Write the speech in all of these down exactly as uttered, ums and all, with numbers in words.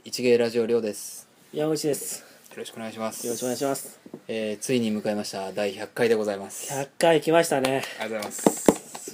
一芸ラジオりょうです。 山口です。 よろしくお願いします。 よろしくお願いします。 えー、ついに迎えましただいひゃっかいでございます。 ひゃっかい来ましたね。 ありがとうございます。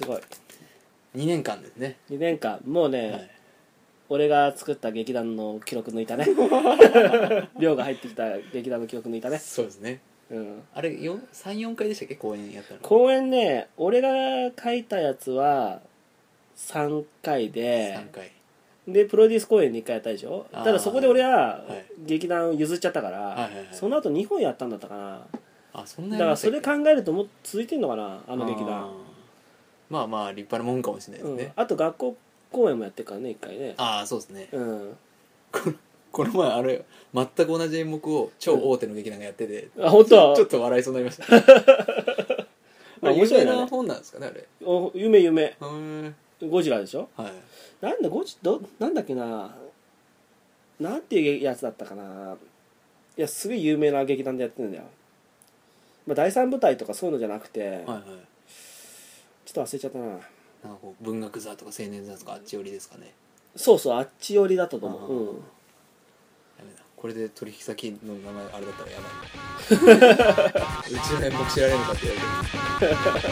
すごい。 にねんかんですね。 にねんかんもうね、はい、俺が作った劇団の記録抜いたね。亮が入ってきた劇団の記録抜いたね。 そうですね。うん、あれさん、よんかいでしたっけ、公演やったの。 公演ね、俺が書いたやつはさんかいで、 さんかいでプロデュース公演にいっかいやったでしょ。ただそこで俺は劇団を譲っちゃったから、はいはいはいはい、その後にほんやったんだったかな。 あ、そんなだからそれ考えるともう続いてんのかな、あの劇団。 あ、まあまあ立派なもんかもしれないですね、うん、 あと学校公演もやってるからね、いっかいね。 ああ、そうですね、うん、 こ, この前あれ全く同じ演目を超大手の劇団がやってて、 うん、あ、本当ちょっと笑いそうになりましたまあ面白いな本なんですかね、あれ。 お、夢夢ゴジラでしょ。 はい。 なんだゴジどなんだっけな、なんていうやつだったかな。いや、すごい有名な劇団でやってるんだよ。まあ第三舞台とかそういうのじゃなくて、はいはい、ちょっと忘れちゃったな。なんかこう文学座とか青年座とかあっち寄りですかね。 そうそう、あっち寄りだったと思う。うん。 やめだ。これで取引先の名前あれだったらやばい。うちの演目知られるのかって言われてる。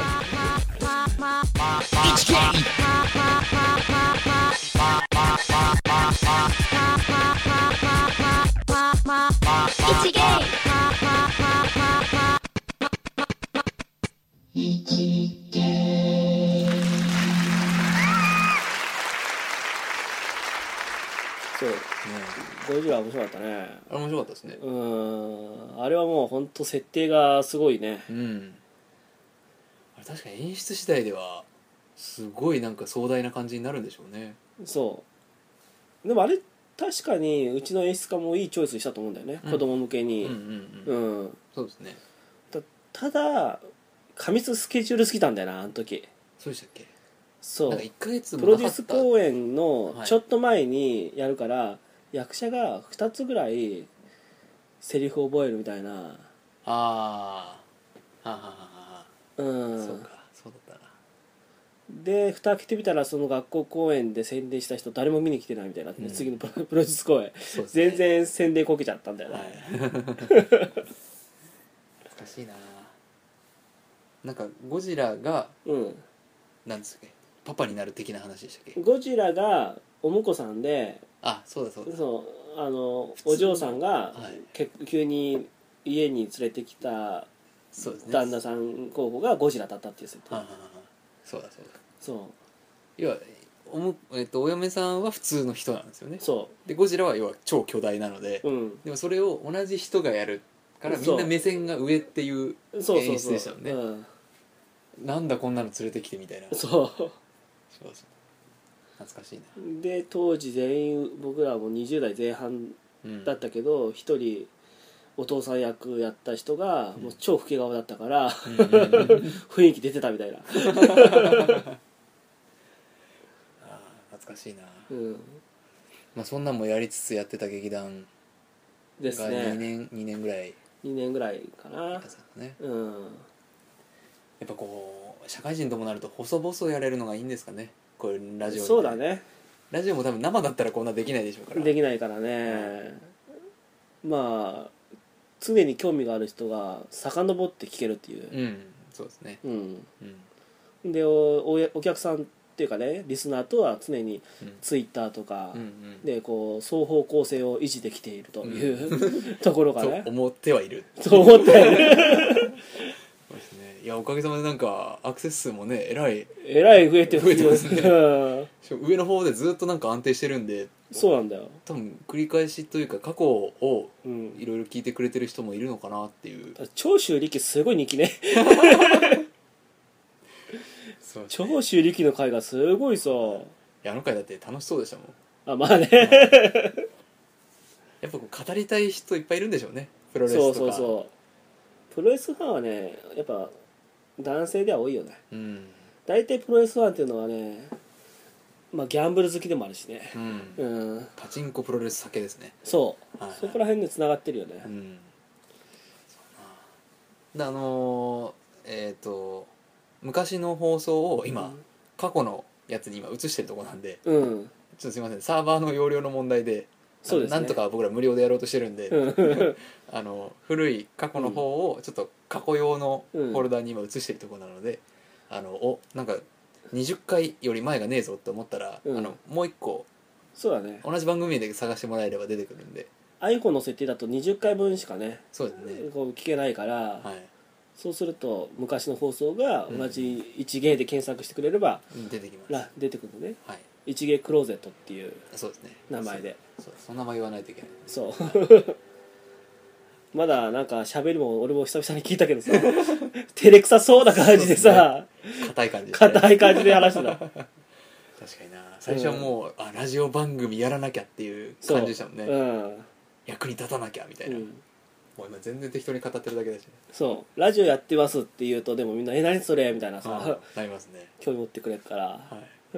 一芸一芸一芸。 そうね、ゴジラ面白かったね。 あれ面白かったですね。 うん、あれはもう本当設定がすごいね。 うん。あれ確かに演出次第ではすごいなんか壮大な感じになるんでしょうね。 そう。でもあれ確かにうちの演出家もいいチョイスしたと思うんだよね、うん、子供向けに。うんうんうん。うん、 そうですね。 た, ただ過密スケジュール過ぎたんだよな、あの時。 そうでしたっけ。 そう。 なんかいっかげつもプロデュース公演のちょっと前にやるから、はい、役者がふたつぐらいセリフを覚えるみたいな。ああ、はあはあはあ。うん。そうか、そうだったな。 で蓋開けてみたら、その学校公演で宣伝した人誰も見に来てないみたいな、うん、次のプロデュース公演、ね、全然宣伝こけちゃったんだよね、はい、懐かしいな。なんかゴジラが、うん、なんですか、パパになる的な話でしたっけ。 ゴジラがお婿さんで、 あ、そうだそうだ、 そうあのお嬢さんが、はい、急に家に連れてきた旦那さん候補がゴジラだったっていう設定。はあはあ、 そうだそうだ。 そう、 要は お, も、えっと、お嫁さんは普通の人なんですよね。 そうでゴジラは要は超巨大なので、うん、でもそれを同じ人がやるからみんな目線が上っていう演出でしたもんね。そうそうそう、うん、なんだこんなの連れてきてみたいな。 そうそうそう、 懐かしいな。 で当時全員僕らもにじゅう代前半だったけど、一、うん、人お父さん役やった人がもう超老け顔だったから、うん、雰囲気出てたみたいな。 あ、懐かしいな、 うん、 まあ、そんなんもやりつつやってた劇団がですね。 にねん、にねんぐらいにねんぐらいかな、 ね、 うん、 やっぱこう社会人ともなると細々やれるのがいいんですかね、こういうラジオ。 そうだね、 ラジオも多分生だったらこんなできないでしょうから。 できないからね、うん、まあ常に興味がある人が遡って聞けるっていう。 うん、そうですね、うんうん、で お, お客さんっていうかね、リスナーとは常にツイッターとか、うんうん、でこう双方向性を維持できているという、うん、ところがね、 と思ってはいる、 そう思ってはいるそうですね。いや、おかげさまでなんかアクセス数もね、えらいえらい増えて増えてますね上の方でずっとなんか安定してるんで。 そうなんだよ、 多分繰り返しというか過去をいろいろ聞いてくれてる人もいるのかなっていう、うん、 長州力すごい人気ねそうね、長州力の回がすごいさ、いや、あの回だって楽しそうでしたもん。 あ、まあねやっぱこう語りたい人いっぱいいるんでしょうね、プロレスとか。そうそうそう、 プロレスファンはね、やっぱ男性では多いよね、うん、大体プロレスファンっていうのはね、まあギャンブル好きでもあるしね、うんうん、 パチンコプロレス酒ですね。 そう、はいはい、そこら辺でつながってるよね、うん、 であのー、えっ、ー、と昔の放送を今、うん、過去のやつに今映してるとこなんで、うん、ちょっとすいません、サーバーの容量の問題でそうですね、 なんとか僕ら無料でやろうとしてるんであの古い過去の方をちょっと過去用のフォルダに今移してるところなので、うん、あのおなんかにじゅっかいより前がねえぞって思ったら、うん、あのもう一個そうだね、 同じ番組で探してもらえれば出てくるんで、 iPhone の設定だとにじゅっかいぶんしかね、 そうですね、 こう聞けないから、 はい、 そうすると昔の放送が同じいちゲーで検索してくれれば、 うん、出てきます。 出てくるのね、 はい、 いちゲークローゼットっていうそうですね、 名前で、 そう、その名前言わないといけない。 そうまだなんか喋りも俺も久々に聞いたけどさ照れくさそうな感じでさ、 硬い感じで、ね、 硬い感じで話してた確かにな、最初はもう、うん、あラジオ番組やらなきゃっていう感じでしたもんね、うん、役に立たなきゃみたいな、うん、もう今全然適当に語ってるだけだし、ね、 そうラジオやってますって言うとでもみんなえ何それみたいなさ、 なりますね、 興味持ってくれるから、はい、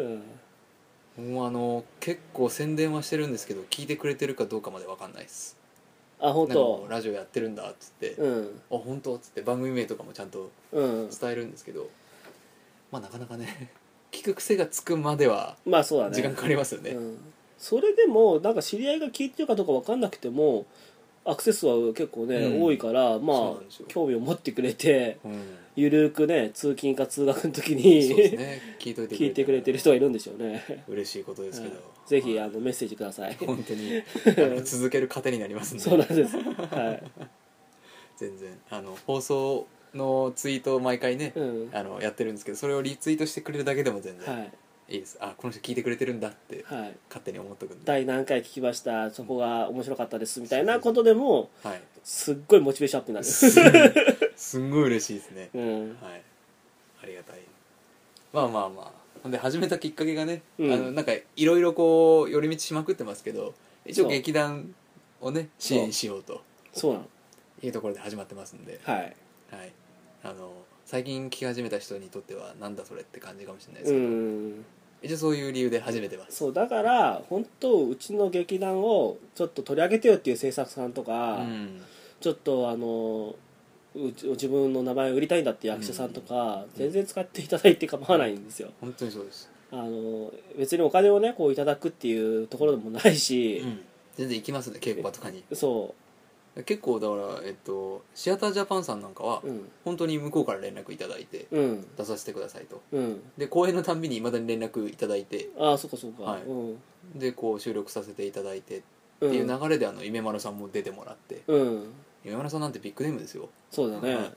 うん、もうあの結構宣伝はしてるんですけど聞いてくれてるかどうかまで分かんないです。 あ本当ラジオやってるんだっつって、 うん、 あ本当っつって番組名とかもちゃんと伝えるんですけど、うん、まあなかなかね聞く癖がつくまではまあそうだね時間かかりますよね、 うん、それでもなんか知り合いが聞いてるかどうか分かんなくてもアクセスは結構ね、うん、多いからまあ興味を持ってくれて、うん、ゆるくね通勤か通学の時にそうです、ね、聞いといてくれて聞いてくれてる人がいるんでしょうね。 嬉しいことですけど、はい、 ぜひあのメッセージください。 本当に続ける糧になりますんでそうなんです、はい、 全然あの放送のツイートを毎回ね、うん、あのやってるんですけどそれをリツイートしてくれるだけでも全然、はいいいです。あこの人聞いてくれてるんだって勝手に思っとくんで、 第何回聞きましたそこが面白かったですみたいなことでも、はい、すっごいモチベーションアップになるす, すんごい嬉しいですね、うん、はい、ありがたい。まあまあまあで始めたきっかけがね、うん、あのなんかいろいろこう寄り道しまくってますけど一応劇団をね支援しようとそうなのいうところで始まってますんで、はい、はい、あの最近聞き始めた人にとってはなんだそれって感じかもしれないですけど、うん一応そういう理由で始めてます。 そうだから本当うちの劇団をちょっと取り上げてよっていう制作さんとか、うん、ちょっとあのう自分の名前を売りたいんだっていう役者さんとか、うん、全然使っていただいて構わないんですよ、 うん、本当にそうです。 あの別にお金をねこういただくっていうところでもないし、うん、 全然行きますね稽古場とかに。 そう結構だから、えっと、シアタージャパンさんなんかは、うん、本当に向こうから連絡いただいて、うん、出させてくださいと、うん、で公演のたんびにいまだに連絡いただいてああそうかそうか、はいうん、でこう収録させていただいてっていう流れであの夢丸さんも出てもらって、うん、夢丸さんなんてビッグネームですよ。 そうだね、はい、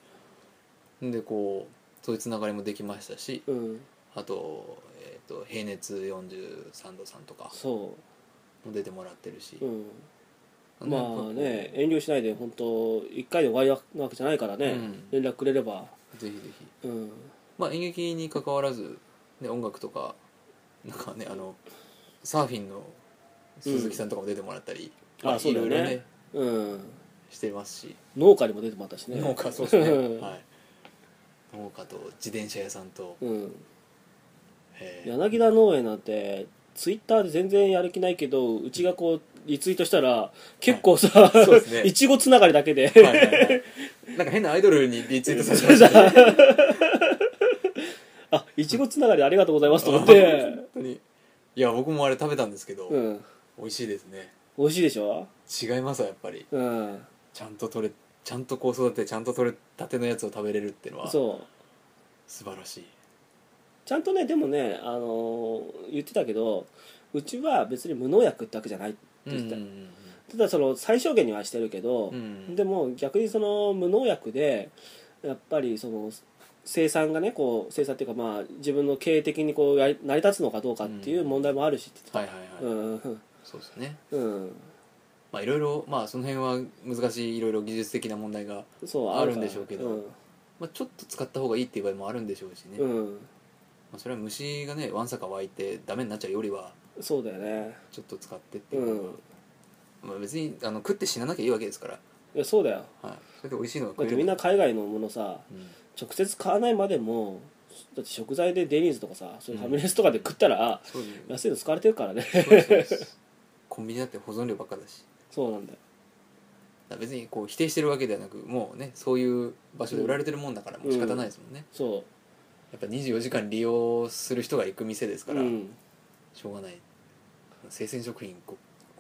でこうそういうつながりもできましたし、うん、あと、えーと、平熱よんじゅうさんどさんとかも出てもらってるし、うんまあね遠慮しないで本当一回で終わりなわけじゃないからね、うん、連絡くれればぜひぜひ、うん、まあ演劇に関わらず、ね、音楽とかなんかねあのサーフィンの鈴木さんとかも出てもらったり、うんまあ、あそうだよねいろいろね、うん、してますし農家にも出てもらったしね農家そうですね、はい、農家と自転車屋さんと、うん、 柳田農園なんてツイッターで全然やる気ないけどうちがこうリツイートしたら結構さ、はいね、いちごつながりだけで、はいはいはい、 なんか変なアイドルにリツイートされてましたねあいちごつながりありがとうございますと思って本当にいや僕もあれ食べたんですけど、うん、美味しいですね。 美味しいでしょ。 違いますやっぱり、うん、ちゃんと取れちゃんとこう育ててちゃんと取れたてのやつを食べれるっていうのはそう素晴らしい。 ちゃんとねでもね、あのー、言ってたけどうちは別に無農薬ってわけじゃないって言ってた、うんうんうん、ただその最小限にはしてるけど、うん、でも逆にその無農薬でやっぱりその生産がねこう生産っていうかまあ自分の経営的にこう成り立つのかどうかっていう問題もあるしって言ってた、はいはいはい、うん、 そうですね、うんまあいろいろまあその辺は難しいいろいろ技術的な問題があるんでしょうけど、うんまあ、ちょっと使った方がいいっていう場合もあるんでしょうしね、うんまあ、それは虫がねわんさか湧いてダメになっちゃうよりはそうだよねちょっと使ってっていうのは、うんまあ、別にあの食って死ななきゃいいわけですから。 いやそうだよ、 はい、それで美味しいのが食える。だってみんな海外のものさ、うん、直接買わないまでもだって食材でデニーズとかさそういうファミレスとかで食ったら、うん、安いの使われてるからね。そうですそうですコンビニだって保存料ばっかだし。 そうなんだよ。 だ別にこう否定してるわけではなくもうねそういう場所で売られてるもんだからもう仕方ないですもんね、うんうん、そうやっぱにじゅうよじかん利用する人が行く店ですから、うん、しょうがない生鮮食品こう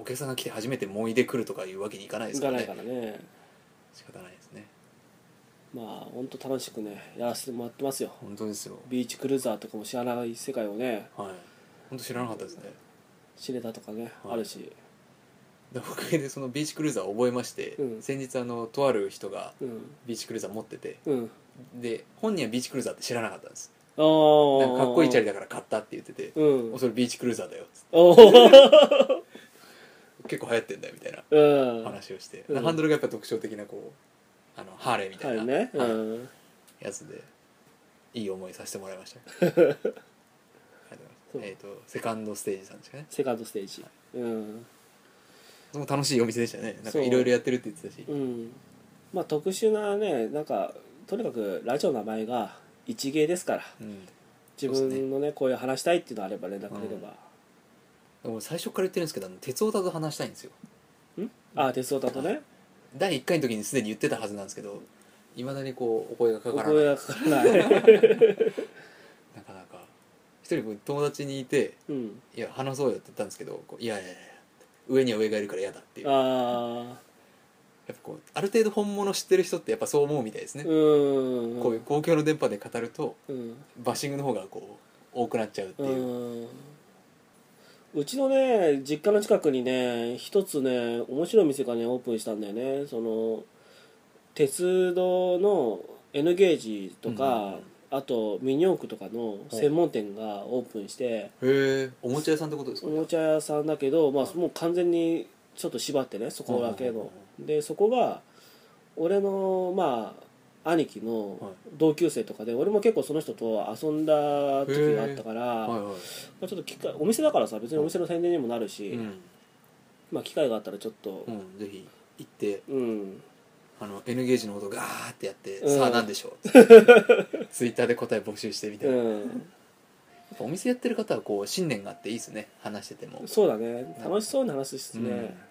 お客さんが来て初めてもういで来るとかいうわけにいかないですからね。 いかないからね。 仕方ないですね。 まあ本当楽しくねやらせてもらってますよ。 本当ですよ。 ビーチクルーザーとかも知らない世界をね、 はい、本当知らなかったですね。 知れたとかね、はい、あるし、 おかげでそのビーチクルーザーを覚えまして、うん、先日あのとある人がビーチクルーザー持ってて、うん、で本人はビーチクルーザーって知らなかったんです。あなんかかっこいいチャリだから買ったって言ってて、うん、それビーチクルーザーだよっつって結構流行ってんだよみたいな話をして、うん、ハンドルがやっぱ特徴的なこうあのハーレーみたいな、ねはいうん、やつでいい思いさせてもらいましたえっとセカンドステージさんですかね。 セカンドステージ、はい、うんその楽しいお店でしたね。なんかいろいろやってるって言ってたし、 うん、まあ特殊なねなんかとにかくラジオの名前が一芸ですから、うん、自分の ね, ねこういう話したいっていうのがあれば連絡くれれば、 うん、最初から言ってるんですけど鉄オタと話したいんですよ。 んああ鉄オタとねだいいっかいの時にすでに言ってたはずなんですけどいまだにこうお声がかからない。お声がかからないなかなか一人友達にいて、うん、いや話そうよって言ったんですけどいやいやいや上には上がいるから嫌だっていう。あやっぱこうある程度本物知ってる人ってやっぱそう思うみたいですね。うんこういう公共の電波で語ると、うん、バッシングの方がこう多くなっちゃうっていう。 ううちのね実家の近くにね一つね面白い店がねオープンしたんだよね。その鉄道の N ゲージとか、うんうん、あとミニ四駆とかの専門店がオープンして、へえおもちゃ屋さんってことですか。 おもちゃ屋さんだけど、まあ、もう完全にちょっと縛ってねそこだけの、でそこが俺のまあ兄貴の同級生とかで、俺も結構その人と遊んだ時があったから、はいはいまあ、ちょっと機会お店だからさ別にお店の宣伝にもなるし、うん、まあ機会があったらちょっと、 うん、ぜひ行って、うん、あの N ゲージのことガーってやって、うん、さあ何でしょうツイッターで答え募集してみたいな、うん、やっぱお店やってる方はこう信念があっていいですね。話しててもそうだね楽しそうに話すしね、うんうん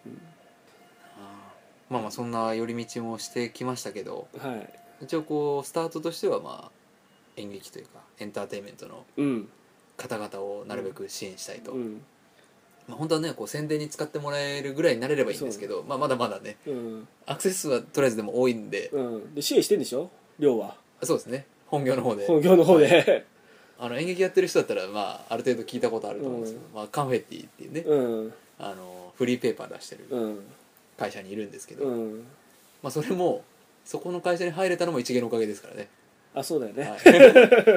まあまあそんな寄り道もしてきましたけど、はい、一応こうスタートとしてはまあ演劇というかエンターテインメントの方々をなるべく支援したいと、うんうんまあ、本当はねこう宣伝に使ってもらえるぐらいになれればいいんですけど、まあ、まだまだね、うん、アクセス数はとりあえずでも多いんで、 うん、で支援してんでしょ量は。 そうですね本業の方で本業の方で、はい、 あの演劇やってる人だったら、まあ、ある程度聞いたことあると思うんですけど、うんまあ、カンフェッティっていうね、うん、あのフリーペーパー出してる、うん会社にいるんですけど、うんまあ、それもそこの会社に入れたのも一芸のおかげですからね。 あそうだよね、はい、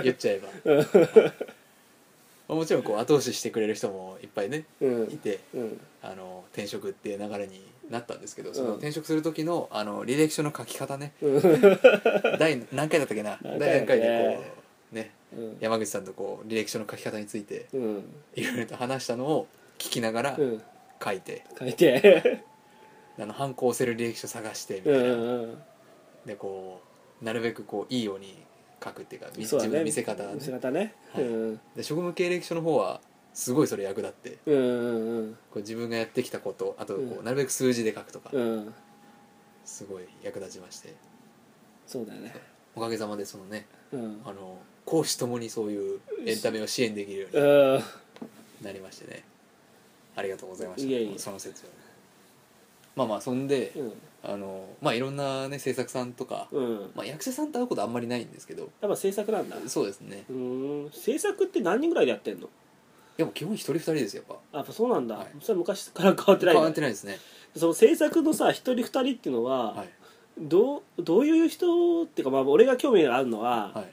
言っちゃえば、はいまあ、もちろんこう後押ししてくれる人もいっぱいね、うん、いて、うん、あの転職っていう流れになったんですけど、その転職する時のあの履歴書の書き方ね、うん、第何回だったっけな第何回でこうね、うん、山口さんとこう履歴書の書き方についていろいろと話したのを聞きながら書いて、 うん、書いてあの反抗を押せる履歴書探してみたいな、うんうん、でこうなるべくこういいように書くっていうか、ね、自分の見せ方、ね、 見せ方ね、はいうん、 で職務経歴書の方はすごいそれ役立って、うんうんうん、こう自分がやってきたことあとこう、うん、なるべく数字で書くとか、うん、すごい役立ちまして。 そうだよねおかげさまでそのね、うん、あの公私ともにそういうエンタメを支援できるようになりましてね、ありがとうございました。いやいやその説はまあまあそんで、うん、あのまあいろんなね制作さんとか、うんまあ、役者さんと会うことあんまりないんですけど、 やっぱ制作なんだ。 そうですね。 うーん制作って何人ぐらいでやってんの。 でも基本一人二人ですよやっぱ。 やっぱそうなんだ、はい、それは昔から変わってない、 変わってないですね。 その制作のさ一人二人っていうのは、はい、どうどういう人っていうか、まあ、俺が興味があるのは、はい、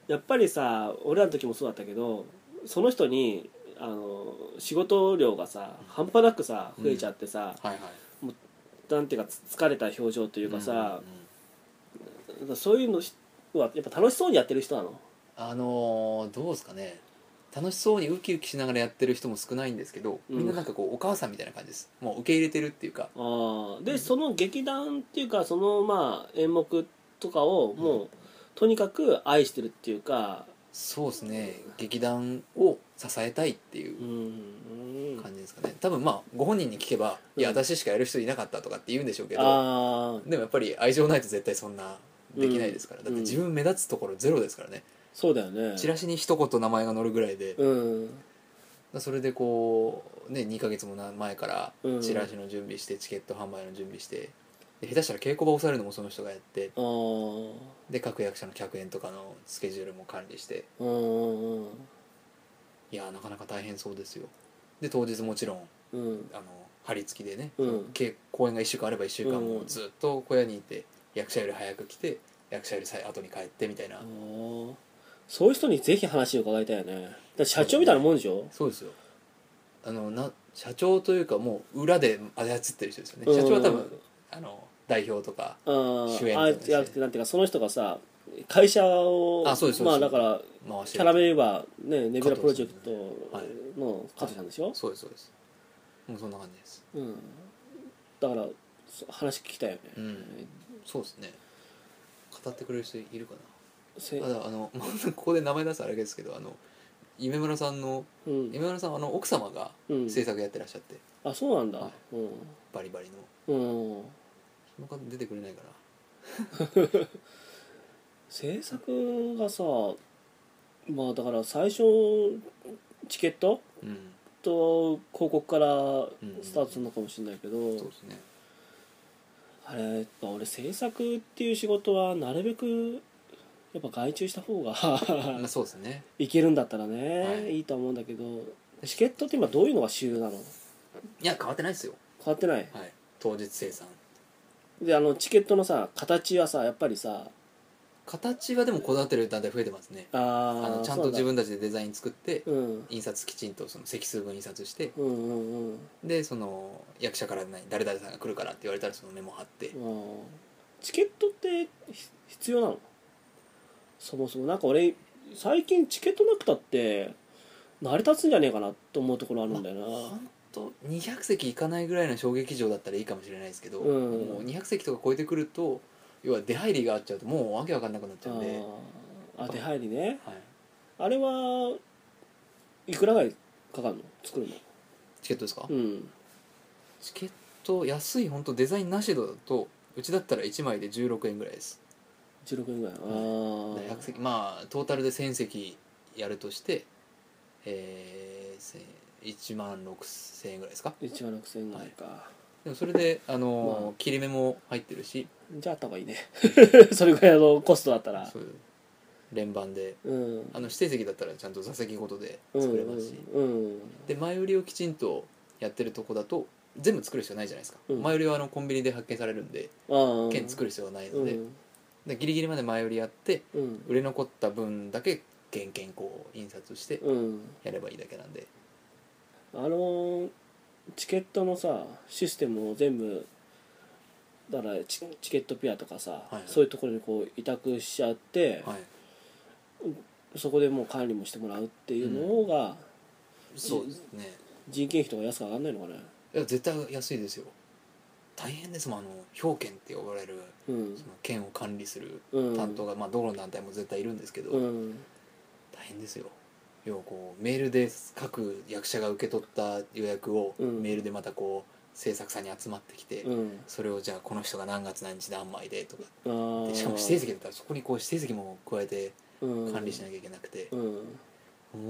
やっぱりさ俺らの時もそうだったけどその人にあの仕事量がさ半端なくさ増えちゃってさ、うんはいはいもうなんていうか疲れた表情というかさ、うんうん、そういうのはやっぱ楽しそうにやってる人なの。 あのー、どうですかね。楽しそうにウキウキしながらやってる人も少ないんですけど、みんななんかこうお母さんみたいな感じです。もう受け入れてるっていうか。 あで、うん、その劇団っていうかそのまあ演目とかをもう、うん、とにかく愛してるっていうか。 そうですね。劇団を支えたいっていう感じですかね。多分まあご本人に聞けば、うん、いや私しかやる人いなかったとかって言うんでしょうけど、でもやっぱり愛情ないと絶対そんなできないですから。だって自分目立つところゼロですからね。 そうだよね。 チラシに一言名前が載るぐらいで、うん、 それでこうねにかげつも前からチラシの準備して、チケット販売の準備して、で下手したら稽古場を抑えるのもその人がやって、で各役者の客演とかのスケジュールも管理して、いやなかなか大変そうですよ。で当日もちろん、うん、あの張り付きでね、うん、公演がいっしゅうかんあればいっしゅうかんもずっと小屋にいて、役者より早く来て役者より後に帰ってみたいな。 そういう人にぜひ話を伺いたいよね。だ社長みたいなもんでしょ。 そうですよ。あのな社長というかもう裏で操ってる人ですよね、うん、社長は多分あの代表とか主演とか、ね、 あじゃなくてなんていうかその人がさ会社をあそうですまあだからキャラメルバーねネビュラプロジェクトの加藤さんでしょ、はい、 そうですそうです、もうそんな感じです、 うん、だから話聞きたいよね、 うん、そうですね。語ってくれる人いるかな。ただあのここで名前出すあれですけど、あの夢村さんの、うん、夢村さんはあの奥様が制作やってらっしゃって、 うん、あそうなんだ、はい、うん、 バリバリの、うん、その方出てくれないかな制作がさまあだから最初チケット、うん、と広告からスタートするのかもしれないけど、うんうん、そうですね。あれ俺制作っていう仕事はなるべくやっぱ外注した方がまあそうですね、 いけるんだったらね、はい、いいと思うんだけど、チケットって今どういうのが主流なの？いや変わってないですよ。 変わってない、 はい、当日生産であのチケットのさ形はさやっぱりさ形はでもこだわってる団体増えてますね。ああのちゃんと自分たちでデザイン作って、うん、印刷きちんとその積数分印刷して、うんうんうん、でその役者から誰々さんが来るからって言われたらそのメモ貼って。 チケットって必要なの？そもそもなんか俺最近チケットなくたって成り立つんじゃねえかなと思うところあるんだよな、まあ、 ほんとにひゃくせきいかないぐらいの小劇場だったらいいかもしれないですけど、うん、もうにひゃくせきとか超えてくると要は出入りがあっちゃうともうわけわかんなくなっちゃうんで。 ああ出入りね、はい、あれはいくらぐらいかかるの作るの？ チケットですか？うん、チケット安い本当デザインなしだとうちだったらいちまいでじゅうろくえんぐらいです。 じゅうろくえんぐらい、ああひゃくせきまあトータルでせんせきやるとしてえー、いちまんろくせんえんぐらいですか？ いちまんろくせんえんぐらいか、はい、 でもそれであの、まあ、切り目も入ってるし、 じゃああった方がいいねそれぐらいのコストだったらそう連番で、うん、あの指定席だったらちゃんと座席ごとで作れますし、うんうんうん、で前売りをきちんとやってるとこだと全部作る必要ないじゃないですか、うん、前売りはあのコンビニで発見されるんで券作る必要はないので、うん、でギリギリまで前売りやって、うん、売れ残った分だけ原券こう印刷してやればいいだけなんで、 うん、あのチケットのさシステムを全部だから チ, チケットピアとかさ、はいはい、そういうところにこう委託しちゃって、はい、そこでもう管理もしてもらうっていうのが、 うん、そうですね。 人件費とか安く上がんないのかね？ いや絶対安いですよ。大変ですもん、あの表券って呼ばれる、うん、その券を管理する担当が、うん、まあどこの団体も絶対いるんですけど、うん、大変ですよ。要はこうメールで各役者が受け取った予約をメールでまたこう制作さんに集まってきて、うん、それをじゃあこの人が何月何日何枚でとかで、しかも指定席だったらそこにこう指定席も加えて管理しなきゃいけなくて、うん、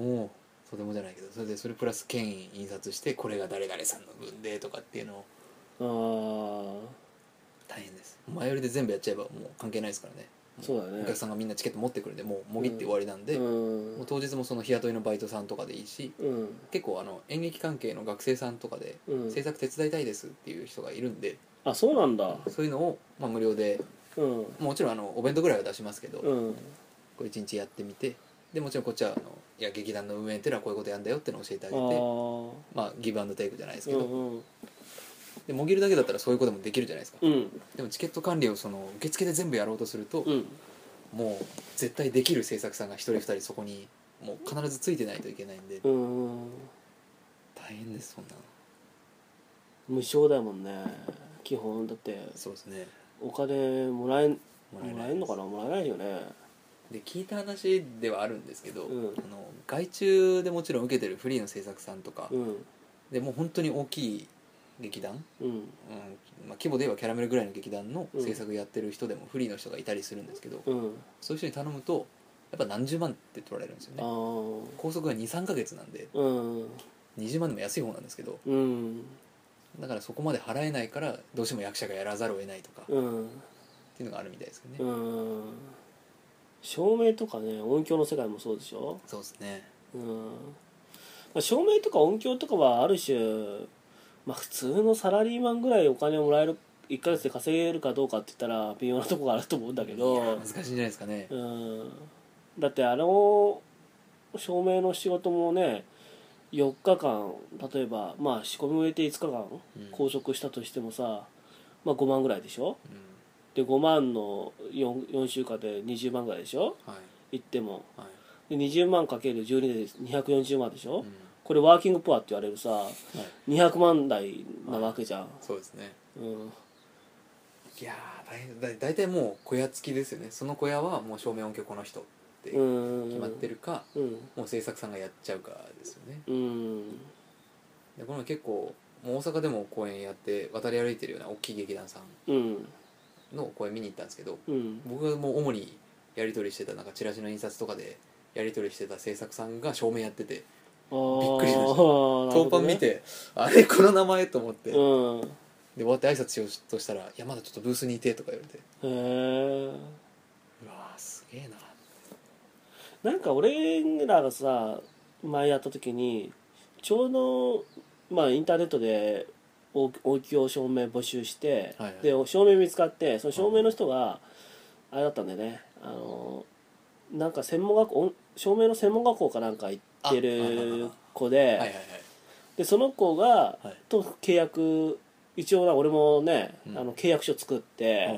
もうとてもじゃないけど、それでそれプラス券印刷してこれが誰々さんの分でとかっていうのを、あ大変です。前売りで全部やっちゃえばもう関係ないですからね。 そうだね、 お客さんがみんなチケット持ってくるんでもうもぎって終わりなんで、うん、もう当日もその日雇いのバイトさんとかでいいし、うん、結構あの演劇関係の学生さんとかで、うん、制作手伝いたいですっていう人がいるんで、 あそうなんだ、 そういうのを、まあ、無料で、うん、もちろんあのお弁当ぐらいは出しますけど、うん、これいちにちやってみて、でもちろんこっちはあのいや劇団の運営っていうのはこういうことやんだよっていうのを教えてあげて、あまあギブアンドテイクじゃないですけど、うんうん、でもぎるだけだったらそういうこともできるじゃないですか、うん、でもチケット管理をその受付で全部やろうとすると、うん、もう絶対できる制作さんがひとりふたりそこにもう必ずついてないといけないんで、うん、大変です。そんな無償だもんね基本。だってそうですね、 お金もらえもらえんのかな、もらえないよね。 で聞いた話ではあるんですけど、うん、あの外注でもちろん受けてるフリーの制作さんとか、うん、でもう本当に大きい劇団、うんうんまあ、規模で言えばキャラメルぐらいの劇団の制作やってる人でもフリーの人がいたりするんですけど、うん、そういう人に頼むとやっぱ何十万って取られるんですよね。拘束が にさんかげつなんで、うん、 にじゅうまんでも安い方なんですけど、 うん、 だからそこまで払えないからどうしても役者がやらざるを得ないとか、うん、っていうのがあるみたいですけどね。うん、 照明とかね、音響の世界もそうでしょ。 そうですね、 うん、まあ、照明とか音響とかはある種、まあ、普通のサラリーマンぐらいお金をもらえる、いっかげつで稼げるかどうかって言ったら微妙なところがあると思うんだけど、 難しいんじゃないですかね。 うん、だってあの照明の仕事もね、よっかかん例えばまあ仕込みを入れていつかかん拘束したとしてもさ、まあ、ごまんぐらいでしょ、うん、でごまんの 4, よん週間でにじゅうまんぐらいでしょ、はい、行っても、はい、でにじゅうまんかけるじゅうにでにひゃくよんじゅうまんでしょ、うん、これワーキングプアって言われるさ、はい、にひゃくまん台なわけじゃん、はい、 そうですね、うん、いやーだいだいたいもう小屋付きですよね。その小屋はもう照明音響この人って決まってるか、うん、もう制作さんがやっちゃうかですよね、うん、でこの結構もう大阪でも公演やって渡り歩いてるような大きい劇団さんの公演見に行ったんですけど、うん、僕がもう主にやり取りしてたなんかチラシの印刷とかでやり取りしてた制作さんが照明やっててびっくりしました。当番見て、あれこの名前と思って、うん、で終わって挨拶しようとしたら「いやまだちょっとブースにいて」とか言われて、へえ、うわーすげえな。 なんか俺らがさ前やった時にちょうどまあインターネットで音響照明募集して、はいはい、で照明見つかって、その照明の人があれだったんだよね、あのなんか専門学校照明の専門学校かなんか行ってる子で、はいはいはい、でその子が、はい、と契約一応俺もね、うん、あの契約書作って、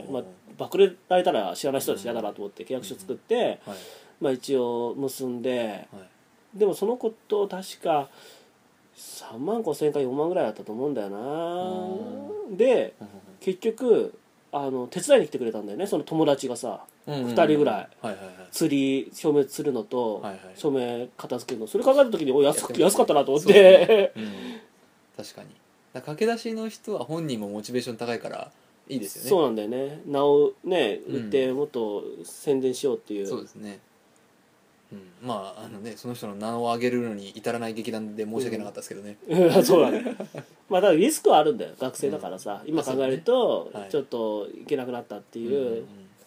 うん、まあ、バクれられたら知らない人は嫌だなと思って契約書作って、うんうん、はい、まあ、一応結んで、はい、でもその子と確かさんまんごせんえんかよんまんぐらいだったと思うんだよな。で結局あの手伝いに来てくれたんだよね、その友達がさ、うんうんうん、ふたりぐらい、はいはいはい、釣り照明釣るのと、はいはい、照明片付けるの、それ考えた時にお 安, 安かったなと思って、ね、うん、 確かにだ駆け出しの人は本人もモチベーション高いからいいですよね。 そうなんだよね、名をね売ってもっと宣伝しようっていう、うん、 そうですね、うん、まああのねその人の名を上げるのに至らない劇団で申し訳なかったですけどね、 うん、そうだねまあだからリスクはあるんだよ、学生だからさ、うん、今考えるとちょっといけなくなったっていう、はい、うんうんうん、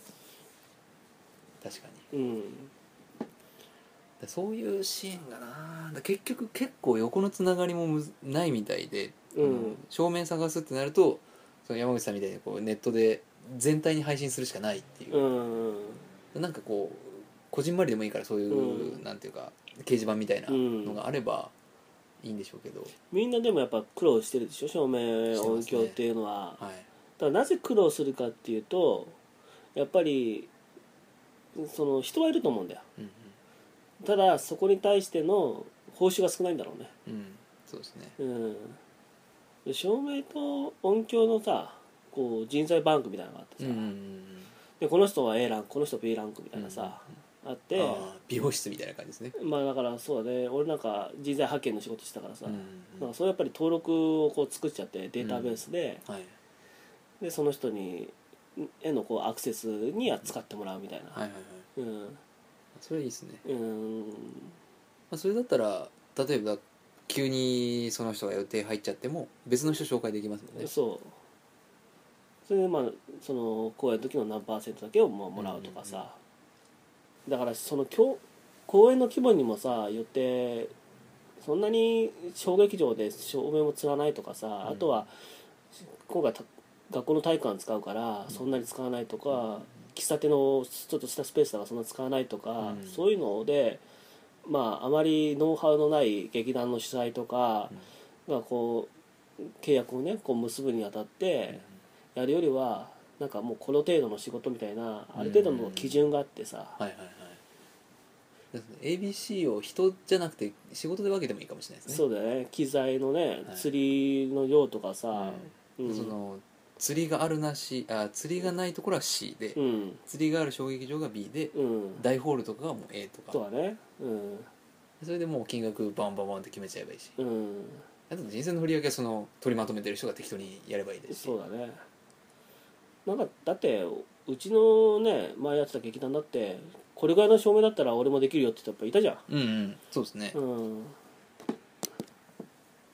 確かに、うん、そういうシーンがな結局結構横のつながりもむないみたいで、うん、正面探すってなるとその山口さんみたいにこうネットで全体に配信するしかないっていう、うんうん、なんかこうこじんまりでもいいからそういう、うん、なんていうか掲示板みたいなのがあればいいんでしょうけど、 みんなでもやっぱ苦労してるでしょ、照明音響っていうのは、ね、はい、だからなぜ苦労するかっていうとやっぱりその人はいると思うんだよ、うんうん、ただそこに対しての報酬が少ないんだろうね、うん、 そうですね、 うん、で照明と音響のさこう人材バンクみたいなのがあってさ、うんうんうん、でこの人は A ランクこの人 B ランクみたいなさ、うんうんうん、あってあ美容室みたいな感じですね。 まあだからそうだね、俺なんか人材派遣の仕事してたからさ、うんうん、なんかそうやっぱり登録をこう作っちゃってデータベースで、うん、はい、でその人にへのこうアクセスには使ってもらうみたいな、はいはいはい、うん、 それいいですね、うん、まあ、それだったら例えば急にその人が予定入っちゃっても別の人紹介できますもんね。そうそれでまあその公演の時の何パーセントだけをももらうとかさ、うんうんうん、だからその公演の規模にもさよってそんなに小劇場で照明も釣らないとかさ、うん、あとは今回学校の体育館使うからそんなに使わないとか、うん、喫茶店のちょっとしたスペースだからそんな使わないとか、うん、そういうのでまああまりノウハウのない劇団の主催とかがこう契約をねこう結ぶにあたってやるよりはなんかもうこの程度の仕事みたいなある程度の基準があってさ、はいはいはい、 エービーシー を人じゃなくて仕事で分けてもいいかもしれないですね。 そうだね、機材のね、はい、釣りの量とかさ、 うんうん、その釣りがあるなしあ釣りがないところは C で、うん、釣りがある小劇場が B で、うん、大ホールとかがもう A とか、 そうだね、うん、 それでもう金額バンバンバンって決めちゃえばいいし、うん、あと人生の振り分けはその取りまとめてる人が適当にやればいいですし。 そうだね、なんかだってうちのね前やってた劇団だってこれぐらいの照明だったら俺もできるよって言ったらいたじゃん。 うんうん、そうですね、うん、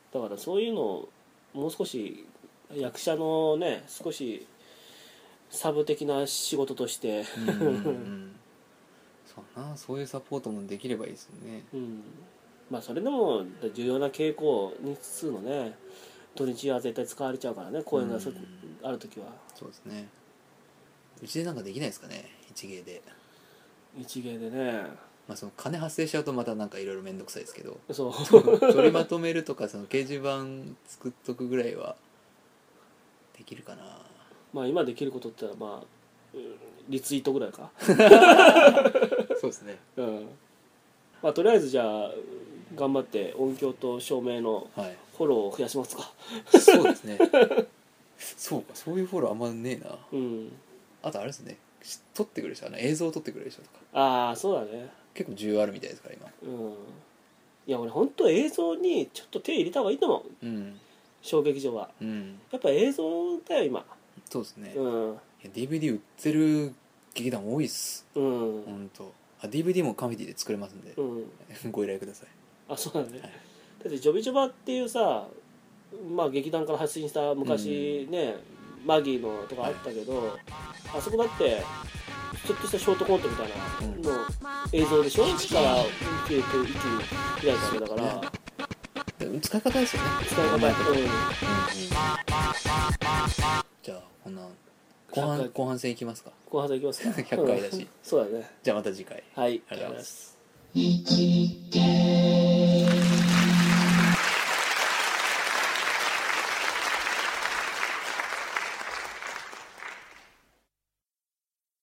だからそういうのをもう少し役者のね少しサブ的な仕事としてうんうん、うん、 そうな、そういうサポートもできればいいですよね、 うん、まあそれでも重要な傾向につつのね土日は絶対使われちゃうからね公演があるときは、 そうですね。うちでなんかできないですかね、一芸で。 一芸でね、 まあその金発生しちゃうとまたなんかいろいろ面倒くさいですけど、 そう取りまとめるとかその掲示板作っとくぐらいはできるかな。 まあ今できることってのはまあリツイートぐらいかそうですね、 うん、まあとりあえずじゃあ頑張って音響と照明のフォローを増やしますか、はい、そうですねそうか、そういうフォローあんまねえな、うん、あとあれですね、撮ってくれる人、あの映像を撮ってくれる人とか、 ああそうだね、 結構重要あるみたいですから今、うん、 いや俺本当映像にちょっと手入れた方がいいと思う、うん、小劇場は、うん、やっぱ映像だよ今。 そうですね、うん、いや ディーブイディー 売ってる劇団多いっす、うん、本当。あ ディーブイディー もカンフィティで作れますんで、うん、ご依頼ください。あ、そうだね、はい、だってジョビジョバっていうさ、まあ劇団から発信した昔ね、うん、マギーのとかあったけど、はい、あそこだってちょっとしたショートコントみたいなの映像でしょ、うん、力を一気に一気に開いたわけだから、ね、使い方ですよね、使い方、うんうん、じゃあこんな後半後半戦いきますか。後半戦いきますか。ひゃっかいだし、うん、そうだね。じゃあまた次回。はい、ありがとうございます。